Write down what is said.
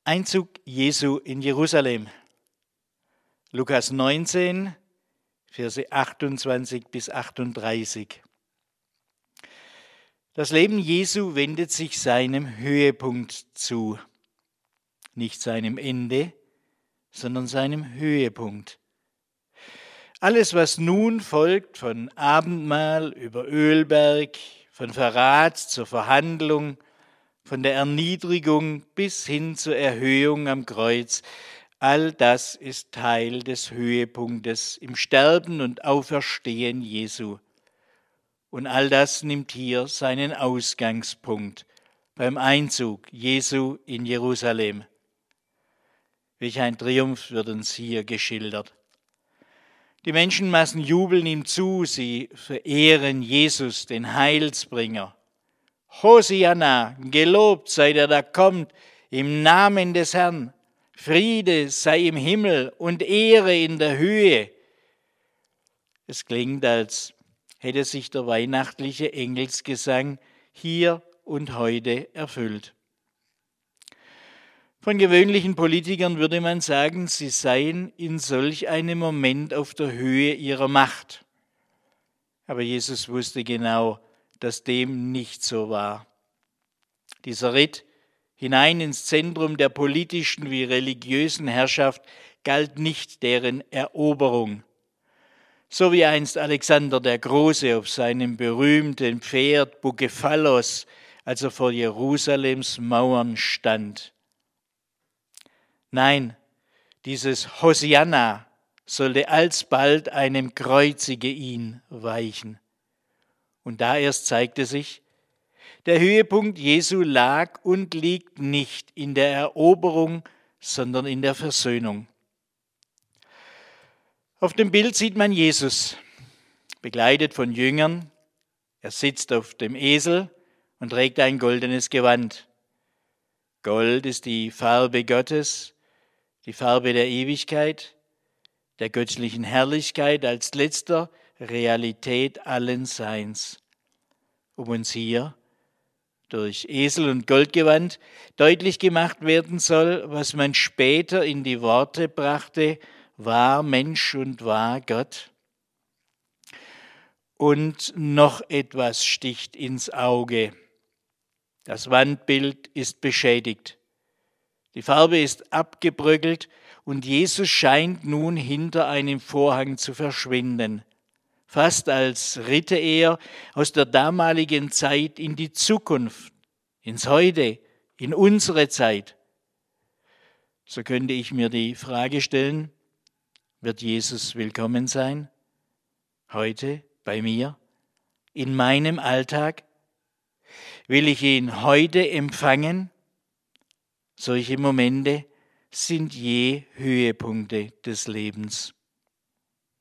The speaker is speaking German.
Einzug Jesu in Jerusalem. Lukas 19, Verse 28 bis 38. Das Leben Jesu wendet sich seinem Höhepunkt zu. Nicht seinem Ende, sondern seinem Höhepunkt. Alles, was nun folgt, von Abendmahl über Ölberg, von Verrat zur Verhandlung, von der Erniedrigung bis hin zur Erhöhung am Kreuz, all das ist Teil des Höhepunktes im Sterben und Auferstehen Jesu. Und all das nimmt hier seinen Ausgangspunkt beim Einzug Jesu in Jerusalem. Welch ein Triumph wird uns hier geschildert. Die Menschenmassen jubeln ihm zu, sie verehren Jesus, den Heilsbringer. Hosianna, gelobt sei der da kommt, im Namen des Herrn. Friede sei im Himmel und Ehre in der Höhe. Es klingt, als hätte sich der weihnachtliche Engelsgesang hier und heute erfüllt. Von gewöhnlichen Politikern würde man sagen, sie seien in solch einem Moment auf der Höhe ihrer Macht. Aber Jesus wusste genau, dass dem nicht so war. Dieser Ritt hinein ins Zentrum der politischen wie religiösen Herrschaft galt nicht deren Eroberung. So wie einst Alexander der Große auf seinem berühmten Pferd Bukephalos, als er vor Jerusalems Mauern stand. Nein, dieses Hosianna sollte alsbald einem Kreuzige ihn weichen. Und da erst zeigte sich, der Höhepunkt Jesu lag und liegt nicht in der Eroberung, sondern in der Versöhnung. Auf dem Bild sieht man Jesus, begleitet von Jüngern. Er sitzt auf dem Esel und trägt ein goldenes Gewand. Gold ist die Farbe Gottes, die Farbe der Ewigkeit, der göttlichen Herrlichkeit als letzter Realität allen Seins, um uns hier durch Esel und Goldgewand deutlich gemacht werden soll, was man später in die Worte brachte, war Mensch und war Gott. Und noch etwas sticht ins Auge. Das Wandbild ist beschädigt. Die Farbe ist abgebröckelt und Jesus scheint nun hinter einem Vorhang zu verschwinden. Fast als ritte er aus der damaligen Zeit in die Zukunft, ins Heute, in unsere Zeit. So könnte ich mir die Frage stellen, wird Jesus willkommen sein? Heute, bei mir, in meinem Alltag? Will ich ihn heute empfangen? Solche Momente sind je Höhepunkte des Lebens.